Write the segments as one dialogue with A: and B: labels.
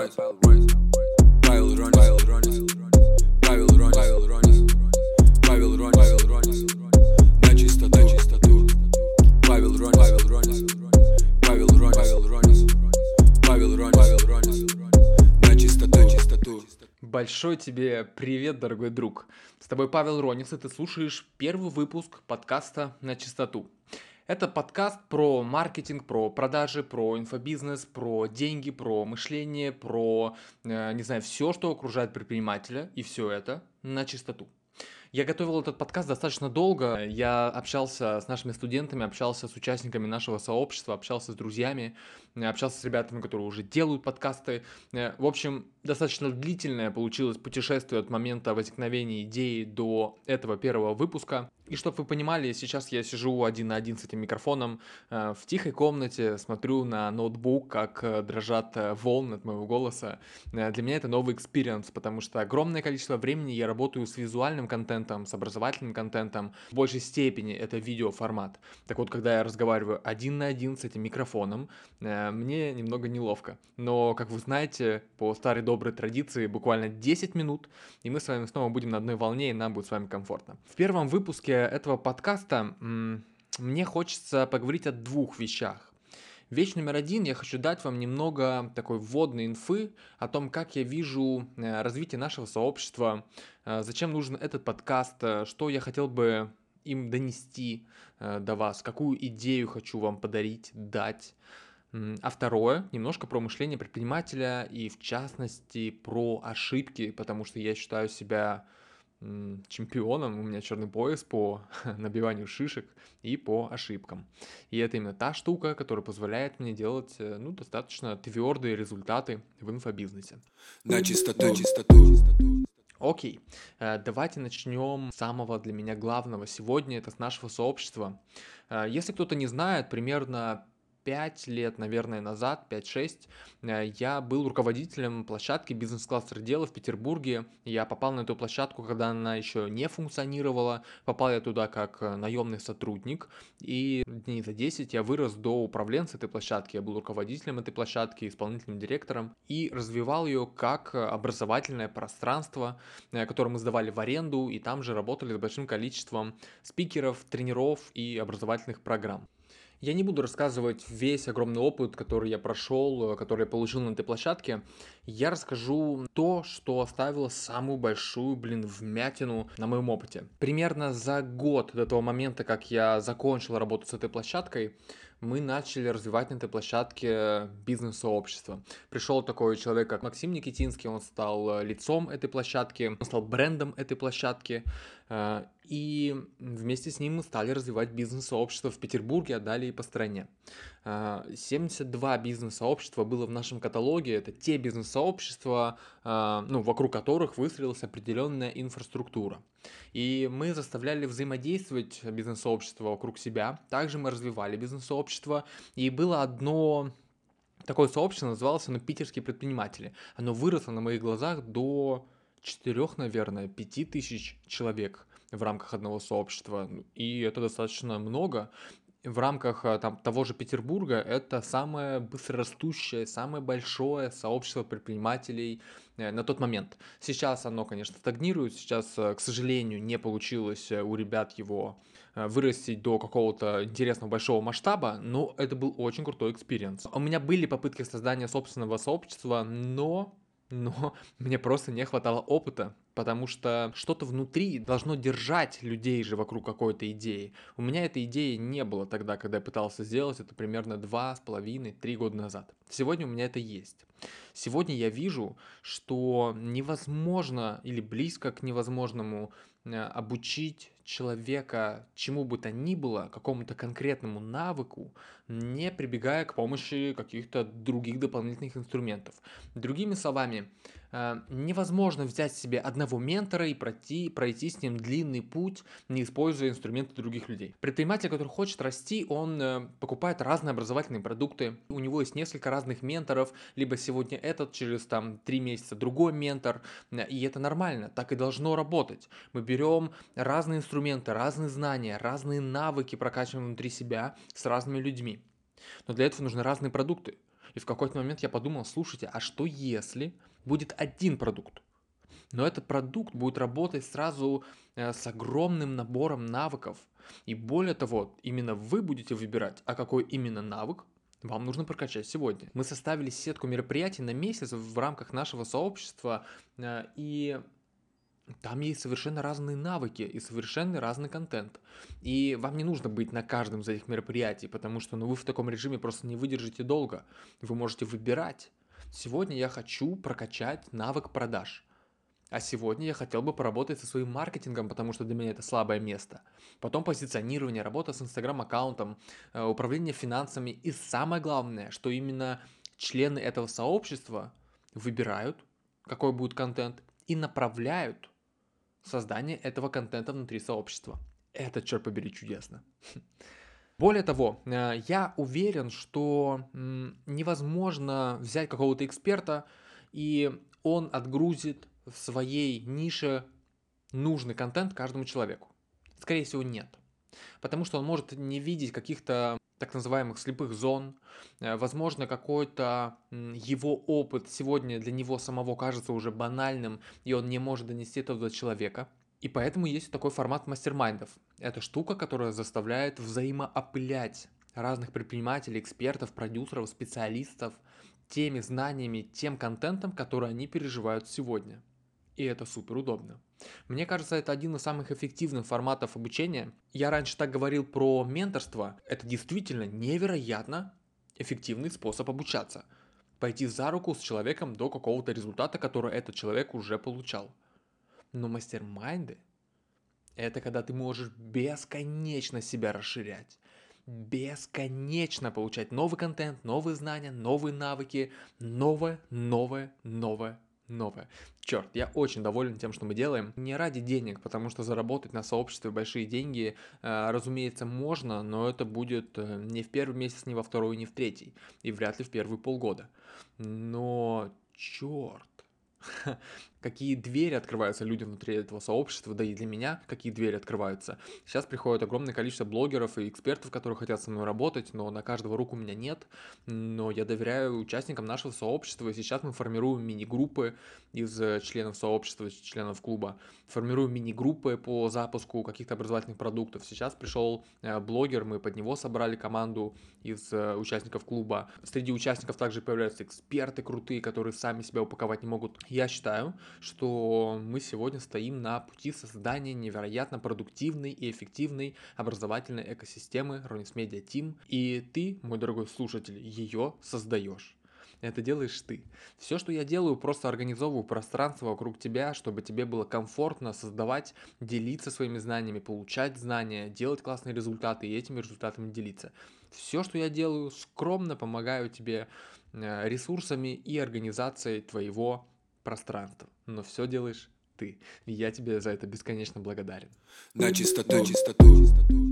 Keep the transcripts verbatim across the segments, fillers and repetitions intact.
A: Ронис, Павел Ронис, Павел Ронис, Павел Ронис, Павел Ронис, Павел Ронис, Павел Ронис, на чистоту, на чистоту, Павел Ронис, Павел Ронис, Павел Ронис, Павел Ронис, Павел Ронис, Павел Ронис, на чистоту, на чистоту.
B: Большой тебе привет, дорогой друг. С тобой Павел Ронис, и ты слушаешь первый выпуск подкаста «На чистоту». Это подкаст про маркетинг, про продажи, про инфобизнес, про деньги, про мышление, про, э, не знаю, все, что окружает предпринимателя, и все это на чистоту. Я готовил этот подкаст достаточно долго. Я общался с нашими студентами, общался с участниками нашего сообщества, общался с друзьями, общался с ребятами, которые уже делают подкасты. В общем, достаточно длительное получилось путешествие от момента возникновения идеи до этого первого выпуска. И чтобы вы понимали, сейчас я сижу один на один с этим микрофоном в тихой комнате, смотрю на ноутбук, как дрожат волны от моего голоса. Для меня это новый экспириенс, потому что огромное количество времени я работаю с визуальным контентом, с образовательным контентом. В большей степени это видеоформат. Так вот, когда я разговариваю один на один с этим микрофоном, мне немного неловко. Но, как вы знаете, по старой доброй традиции, буквально десять минут, и мы с вами снова будем на одной волне, и нам будет с вами комфортно. В первом выпуске этого подкаста м- мне хочется поговорить о двух вещах. Вещь номер один, я хочу дать вам немного такой вводной инфы о том, как я вижу развитие нашего сообщества, зачем нужен этот подкаст, что я хотел бы им донести до вас, какую идею хочу вам подарить, дать. А второе, немножко про мышление предпринимателя и в частности про ошибки, потому что я считаю себя чемпионом, у меня черный пояс по набиванию шишек и по ошибкам. И это именно та штука, которая позволяет мне делать ну, достаточно твердые результаты в инфобизнесе.
A: На чистоту, на чистоту.
B: Окей, давайте начнем с самого для меня главного сегодня, это с нашего сообщества. Если кто-то не знает, примерно пять лет, наверное, назад, пять-шесть, я был руководителем площадки бизнес-кластер дела в Петербурге. Я попал на эту площадку, когда она еще не функционировала. Попал я туда как наемный сотрудник. И дней за десять я вырос до управленца этой площадки. Я был руководителем этой площадки, исполнительным директором. И развивал ее как образовательное пространство, которое мы сдавали в аренду. И там же работали с большим количеством спикеров, тренеров и образовательных программ. Я не буду рассказывать весь огромный опыт, который я прошел, который я получил на этой площадке. Я расскажу то, что оставило самую большую, блин, вмятину на моем опыте. Примерно за год до того момента, как я закончил работу с этой площадкой, мы начали развивать на этой площадке бизнес-сообщество. Пришел такой человек, как Максим Никитинский, он стал лицом этой площадки, он стал брендом этой площадки. И вместе с ним мы стали развивать бизнес-сообщество в Петербурге, а далее и по стране. семьдесят два бизнес-сообщества было в нашем каталоге. Это те бизнес-сообщества, ну, вокруг которых выстроилась определенная инфраструктура. И мы заставляли взаимодействовать бизнес-сообщество вокруг себя. Также мы развивали бизнес-сообщество. И было одно такое сообщество, называлось оно «Питерские предприниматели». Оно выросло на моих глазах до четырех, наверное, пяти тысяч человек в рамках одного сообщества, и это достаточно много. В рамках там, того же Петербурга это самое быстрорастущее, самое большое сообщество предпринимателей на тот момент. Сейчас оно, конечно, стагнирует, сейчас, к сожалению, не получилось у ребят его вырастить до какого-то интересного большого масштаба, но это был очень крутой экспириенс. У меня были попытки создания собственного сообщества, но... Но мне просто не хватало опыта, потому что что-то внутри должно держать людей же вокруг какой-то идеи. У меня этой идеи не было тогда, когда я пытался сделать это примерно два с половиной три года назад. Сегодня у меня это есть. Сегодня я вижу, что невозможно или близко к невозможному обучить человека чему бы то ни было, какому-то конкретному навыку, не прибегая к помощи каких-то других дополнительных инструментов. Другими словами, невозможно взять себе одного ментора и пройти, пройти с ним длинный путь, не используя инструменты других людей. Предприниматель, который хочет расти, он покупает разные образовательные продукты, у него есть несколько разных менторов, либо сегодня этот, через там три месяца другой ментор, и это нормально, так и должно работать. Мы берем разные инструменты, разные знания, разные навыки прокачиваем внутри себя с разными людьми. Но для этого нужны разные продукты. И в какой-то момент я подумал, слушайте, а что если будет один продукт? Но этот продукт будет работать сразу э, с огромным набором навыков. И более того, именно вы будете выбирать, а какой именно навык вам нужно прокачать сегодня. Мы составили сетку мероприятий на месяц в рамках нашего сообщества, э, и там есть совершенно разные навыки и совершенно разный контент. И вам не нужно быть на каждом из этих мероприятий, потому что ну, вы в таком режиме просто не выдержите долго. Вы можете выбирать. Сегодня я хочу прокачать навык продаж. А сегодня я хотел бы поработать со своим маркетингом, потому что для меня это слабое место. Потом позиционирование, работа с инстаграм-аккаунтом, э, управление финансами. И самое главное, что именно члены этого сообщества выбирают, какой будет контент, и направляют создание этого контента внутри сообщества. Это, черт побери, чудесно. Более того, э, я уверен, что м, невозможно взять какого-то эксперта, и он отгрузит в своей нише нужный контент каждому человеку. Скорее всего, нет. Потому что он может не видеть каких-то так называемых слепых зон. Э, Возможно, какой-то м, его опыт сегодня для него самого кажется уже банальным, и он не может донести это до человека. И поэтому есть такой формат мастер-майндов. Это штука, которая заставляет взаимоопылять разных предпринимателей, экспертов, продюсеров, специалистов теми знаниями, тем контентом, который они переживают сегодня. И это супер удобно. Мне кажется, это один из самых эффективных форматов обучения. Я раньше так говорил про менторство. Это действительно невероятно эффективный способ обучаться. Пойти за руку с человеком до какого-то результата, который этот человек уже получал. Но мастер-майнды – это когда ты можешь бесконечно себя расширять. Бесконечно получать новый контент, новые знания, новые навыки, новое, новое, новое, новое. Черт, я очень доволен тем, что мы делаем. Не ради денег, потому что заработать на сообществе большие деньги, э, разумеется, можно, но это будет э, не в первый месяц, не во второй, не в третий. И вряд ли в первые полгода. Но, черт. Какие двери открываются людям внутри этого сообщества, да и для меня какие двери открываются. Сейчас приходит огромное количество блогеров и экспертов, которые хотят со мной работать, но на каждого рук у меня нет. Но я доверяю участникам нашего сообщества, и сейчас мы формируем мини-группы из э, членов сообщества, членов клуба. Формируем мини-группы по запуску каких-то образовательных продуктов. Сейчас пришел э, блогер, мы под него собрали команду из э, участников клуба. Среди участников также появляются эксперты крутые, которые сами себя упаковать не могут. Я считаю, что мы сегодня стоим на пути создания невероятно продуктивной и эффективной образовательной экосистемы Ronix Media Team, и ты, мой дорогой слушатель, ее создаешь. Это делаешь ты. Все, что я делаю, просто организовываю пространство вокруг тебя, чтобы тебе было комфортно создавать, делиться своими знаниями, получать знания, делать классные результаты и этими результатами делиться. Все, что я делаю, скромно помогаю тебе э, ресурсами и организацией твоего пространства. Но все делаешь ты. И я тебе за это бесконечно благодарен.
A: На чистоту, на чистоту.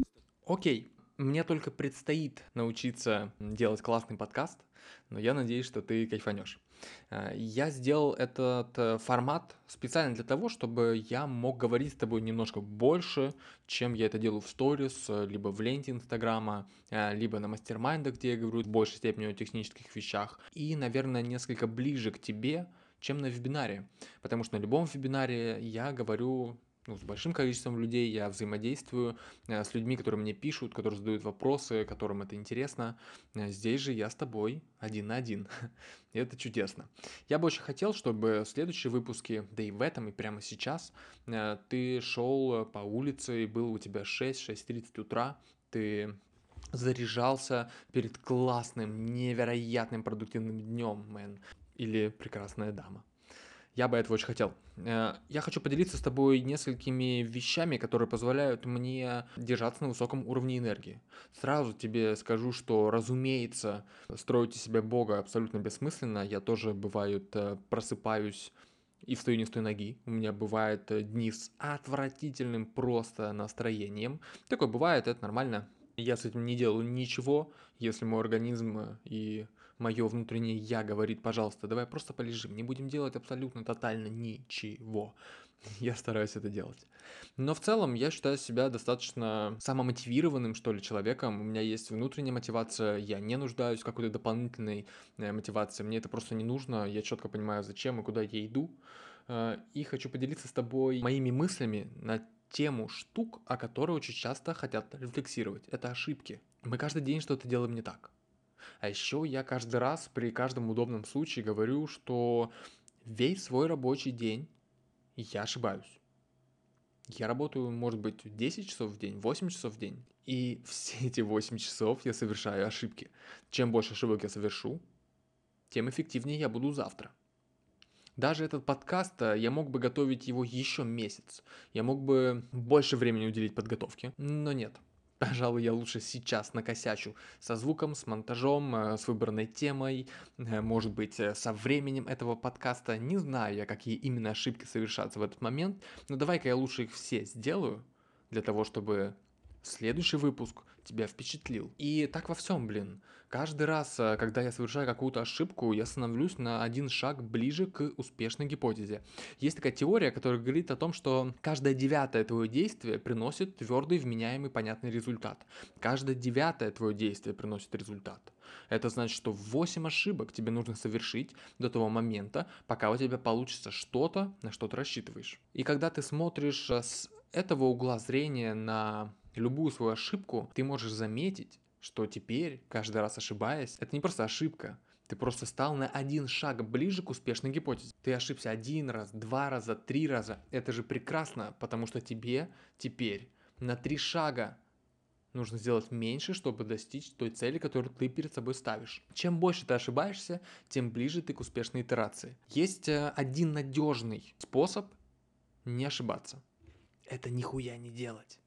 B: Окей, мне только предстоит научиться делать классный подкаст, но я надеюсь, что ты кайфанешь. Э, Я сделал этот э, формат специально для того, чтобы я мог говорить с тобой немножко больше, чем я это делаю в сторис, э, либо в ленте Инстаграма, э, либо на мастер-майндах, где я говорю в большей степени о технических вещах, и, наверное, несколько ближе к тебе, чем на вебинаре. Потому что на любом вебинаре я говорю ну, с большим количеством людей, я взаимодействую э, с людьми, которые мне пишут, которые задают вопросы, которым это интересно. Э, Здесь же я с тобой один на один. И это чудесно. Я бы очень хотел, чтобы в следующие выпуски, да и в этом, и прямо сейчас, э, ты шел по улице, и было у тебя шесть-шесть тридцать утра, ты заряжался перед классным, невероятным продуктивным днем, мэн, или прекрасная дама. Я бы этого очень хотел. Э, Я хочу поделиться с тобой несколькими вещами, которые позволяют мне держаться на высоком уровне энергии. Сразу тебе скажу, что, разумеется, строить из себя Бога абсолютно бессмысленно. Я тоже, бывает, э, просыпаюсь и встаю не с той ноги. У меня бывают э, дни с отвратительным просто настроением. Такое бывает, это нормально. Я с этим не делаю ничего, если мой организм э, и мое внутреннее я говорит, пожалуйста, давай просто полежим, не будем делать абсолютно тотально ничего. Я стараюсь это делать. Но в целом я считаю себя достаточно самомотивированным, что ли, человеком. У меня есть внутренняя мотивация, я не нуждаюсь в какой-то дополнительной э, мотивации. Мне это просто не нужно, я четко понимаю, зачем и куда я иду. Э, И хочу поделиться с тобой моими мыслями на тему штук, о которых очень часто хотят рефлексировать. Это ошибки. Мы каждый день что-то делаем не так. А еще я каждый раз при каждом удобном случае говорю, что весь свой рабочий день я ошибаюсь. Я работаю, может быть, десять часов в день, восемь часов в день. И все эти восемь часов я совершаю ошибки. Чем больше ошибок я совершу, тем эффективнее я буду завтра. Даже этот подкаст, э, я мог бы готовить его еще месяц. Я мог бы больше времени уделить подготовке, но нет. Пожалуй, я лучше сейчас накосячу со звуком, с монтажом, э, с выбранной темой, э, может быть, э, со временем этого подкаста. Не знаю я, какие именно ошибки совершатся в этот момент, но давай-ка я лучше их все сделаю, для того, чтобы следующий выпуск тебя впечатлил. И так во всем, блин. Каждый раз, э, когда я совершаю какую-то ошибку, я становлюсь на один шаг ближе к успешной гипотезе. Есть такая теория, которая говорит о том, что каждое девятое твое действие приносит твердый, вменяемый, понятный результат. Каждое девятое твое действие приносит результат. Это значит, что восемь ошибок тебе нужно совершить до того момента, пока у тебя получится что-то, на что ты рассчитываешь. И когда ты смотришь э, с этого угла зрения на любую свою ошибку, ты можешь заметить, что теперь, каждый раз ошибаясь, это не просто ошибка, ты просто стал на один шаг ближе к успешной гипотезе. Ты ошибся один раз, два раза, три раза. Это же прекрасно, потому что тебе теперь на три шага нужно сделать меньше, чтобы достичь той цели, которую ты перед собой ставишь. Чем больше ты ошибаешься, тем ближе ты к успешной итерации. Есть э, один надежный способ не ошибаться. Это нихуя не делать.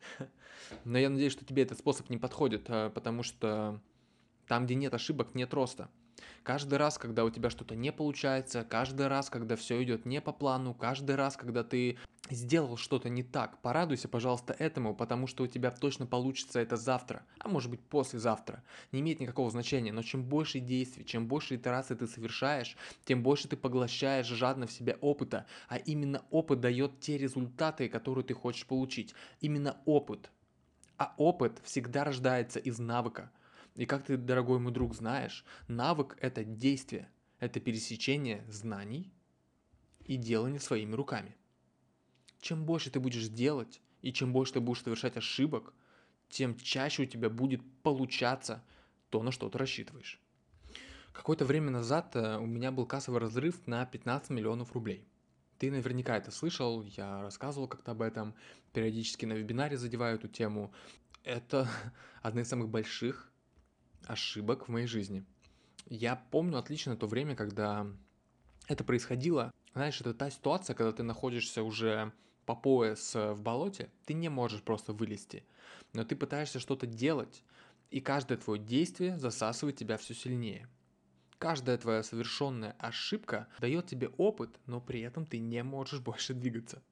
B: Но я надеюсь, что тебе этот способ не подходит, а, потому что там, где нет ошибок, нет роста. Каждый раз, когда у тебя что-то не получается, каждый раз, когда все идет не по плану, каждый раз, когда ты сделал что-то не так, порадуйся, пожалуйста, этому, потому что у тебя точно получится это завтра, а может быть послезавтра. Не имеет никакого значения, но чем больше действий, чем больше итераций ты совершаешь, тем больше ты поглощаешь жадно в себя опыта, а именно опыт дает те результаты, которые ты хочешь получить. Именно опыт. А опыт всегда рождается из навыка. И как ты, дорогой мой друг, знаешь, навык – это действие, это пересечение знаний и делание своими руками. Чем больше ты будешь делать, и чем больше ты будешь совершать ошибок, тем чаще у тебя будет получаться то, на что ты рассчитываешь. Какое-то время назад у меня был кассовый разрыв на пятнадцать миллионов рублей. Ты наверняка это слышал, я рассказывал как-то об этом, периодически на вебинаре задеваю эту тему. Это одна из самых больших ошибок в моей жизни. Я помню отлично то время, когда это происходило. Знаешь, это та ситуация, когда ты находишься уже по пояс в болоте, ты не можешь просто вылезти, но ты пытаешься что-то делать, и каждое твое действие засасывает тебя все сильнее. Каждая твоя совершенная ошибка дает тебе опыт, но при этом ты не можешь больше двигаться.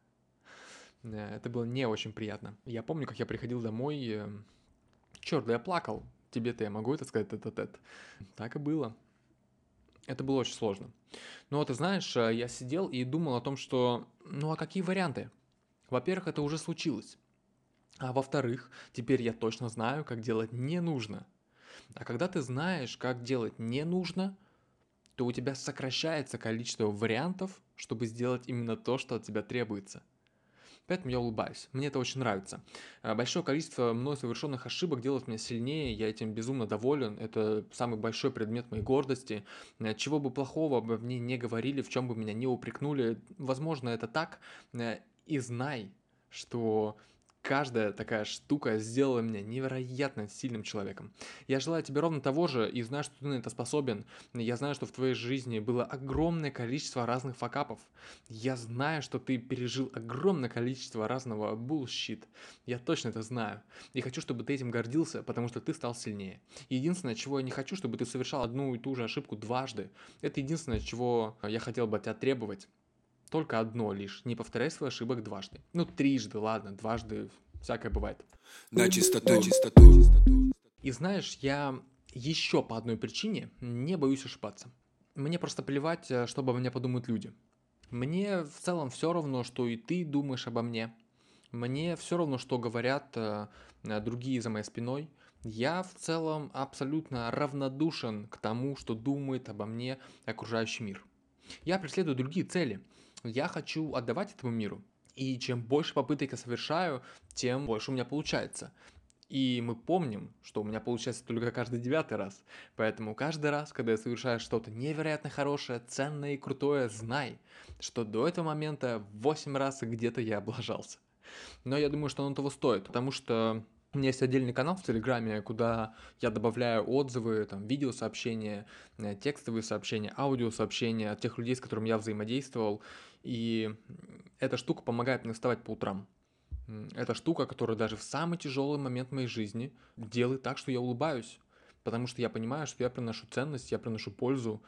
B: Это было не очень приятно. Я помню, как я приходил домой, черт, да я плакал. Тебе-то я могу это сказать тет-а-тет. Так и было. Это было очень сложно. Но ты знаешь, я сидел и думал о том, что, ну а какие варианты? Во-первых, это уже случилось. А во-вторых, теперь я точно знаю, как делать не нужно. А когда ты знаешь, как делать не нужно, то у тебя сокращается количество вариантов, чтобы сделать именно то, что от тебя требуется. Поэтому я улыбаюсь. Мне это очень нравится. Большое количество мной совершенных ошибок делает меня сильнее, я этим безумно доволен. Это самый большой предмет моей гордости. Чего бы плохого бы мне не говорили, в чем бы меня не упрекнули, возможно, это так. И знай, что каждая такая штука сделала меня невероятно сильным человеком. Я желаю тебе ровно того же и знаю, что ты на это способен. Я знаю, что в твоей жизни было огромное количество разных факапов. Я знаю, что ты пережил огромное количество разного bullshit. Я точно это знаю. И хочу, чтобы ты этим гордился, потому что ты стал сильнее. Единственное, чего я не хочу, чтобы ты совершал одну и ту же ошибку дважды. Это единственное, чего я хотел бы от тебя требовать. Только одно лишь. Не повторяй своих ошибок дважды. Ну, трижды, ладно, дважды, всякое бывает.
A: На чистоту, на чистоту.
B: И знаешь, я еще по одной причине не боюсь ошибаться. Мне просто плевать, что обо мне подумают люди. Мне в целом все равно, что и ты думаешь обо мне. Мне все равно, что говорят э, э, другие за моей спиной. Я в целом абсолютно равнодушен к тому, что думает обо мне окружающий мир. Я преследую другие цели. Я хочу отдавать этому миру. И чем больше попыток я совершаю, тем больше у меня получается. И мы помним, что у меня получается только каждый девятый раз. Поэтому каждый раз, когда я совершаю что-то невероятно хорошее, ценное и крутое, знай, что до этого момента восемь раз где-то я облажался. Но я думаю, что оно того стоит, потому что у меня есть отдельный канал в Телеграме, куда я добавляю отзывы, там, видеосообщения, э, текстовые сообщения, аудиосообщения от тех людей, с которыми я взаимодействовал. И эта штука помогает мне вставать по утрам. М, Это штука, которая даже в самый тяжелый момент моей жизни делает так, что я улыбаюсь. Потому что я понимаю, что я приношу ценность, я приношу пользу.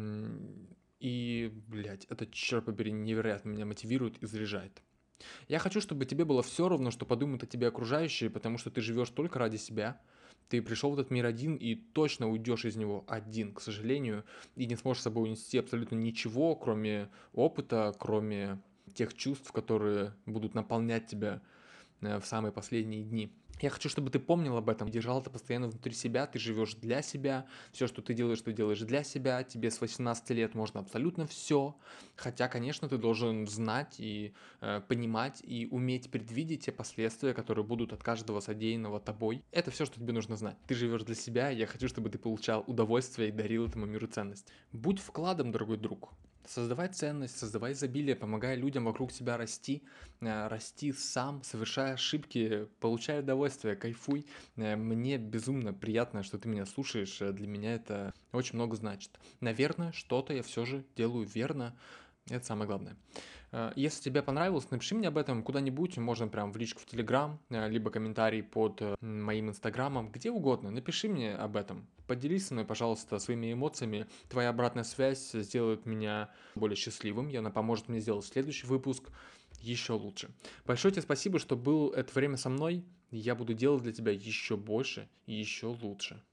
B: М, И, блядь, это, черт побери, невероятно меня мотивирует и заряжает. Я хочу, чтобы тебе было все равно, что подумают о тебе окружающие, потому что ты живешь только ради себя. Ты пришел в этот мир один и точно уйдешь из него один, к сожалению, и не сможешь с собой унести абсолютно ничего, кроме опыта, кроме тех чувств, которые будут наполнять тебя э, в самые последние дни. Я хочу, чтобы ты помнил об этом, держал это постоянно внутри себя, ты живешь для себя, все, что ты делаешь, ты делаешь для себя, тебе с восемнадцати лет можно абсолютно все, хотя, конечно, ты должен знать и э, понимать и уметь предвидеть те последствия, которые будут от каждого содеянного тобой. Это все, что тебе нужно знать. Ты живешь для себя, и я хочу, чтобы ты получал удовольствие и дарил этому миру ценность. Будь вкладом, дорогой друг. Создавай ценность, создавай изобилие, помогай людям вокруг себя расти, э, расти сам, совершая ошибки, получай удовольствие, кайфуй. Э, Мне безумно приятно, что ты меня слушаешь, э, для меня это очень много значит. Наверное, что-то я все же делаю верно, это самое главное. Э, Если тебе понравилось, напиши мне об этом куда-нибудь, можно прям в личку в Телеграм, э, либо комментарий под э, моим Инстаграмом, где угодно. Напиши мне об этом. Поделись со мной, пожалуйста, своими эмоциями. Твоя обратная связь сделает меня более счастливым, и она поможет мне сделать следующий выпуск еще лучше. Большое тебе спасибо, что был это время со мной. Я буду делать для тебя еще больше и еще лучше.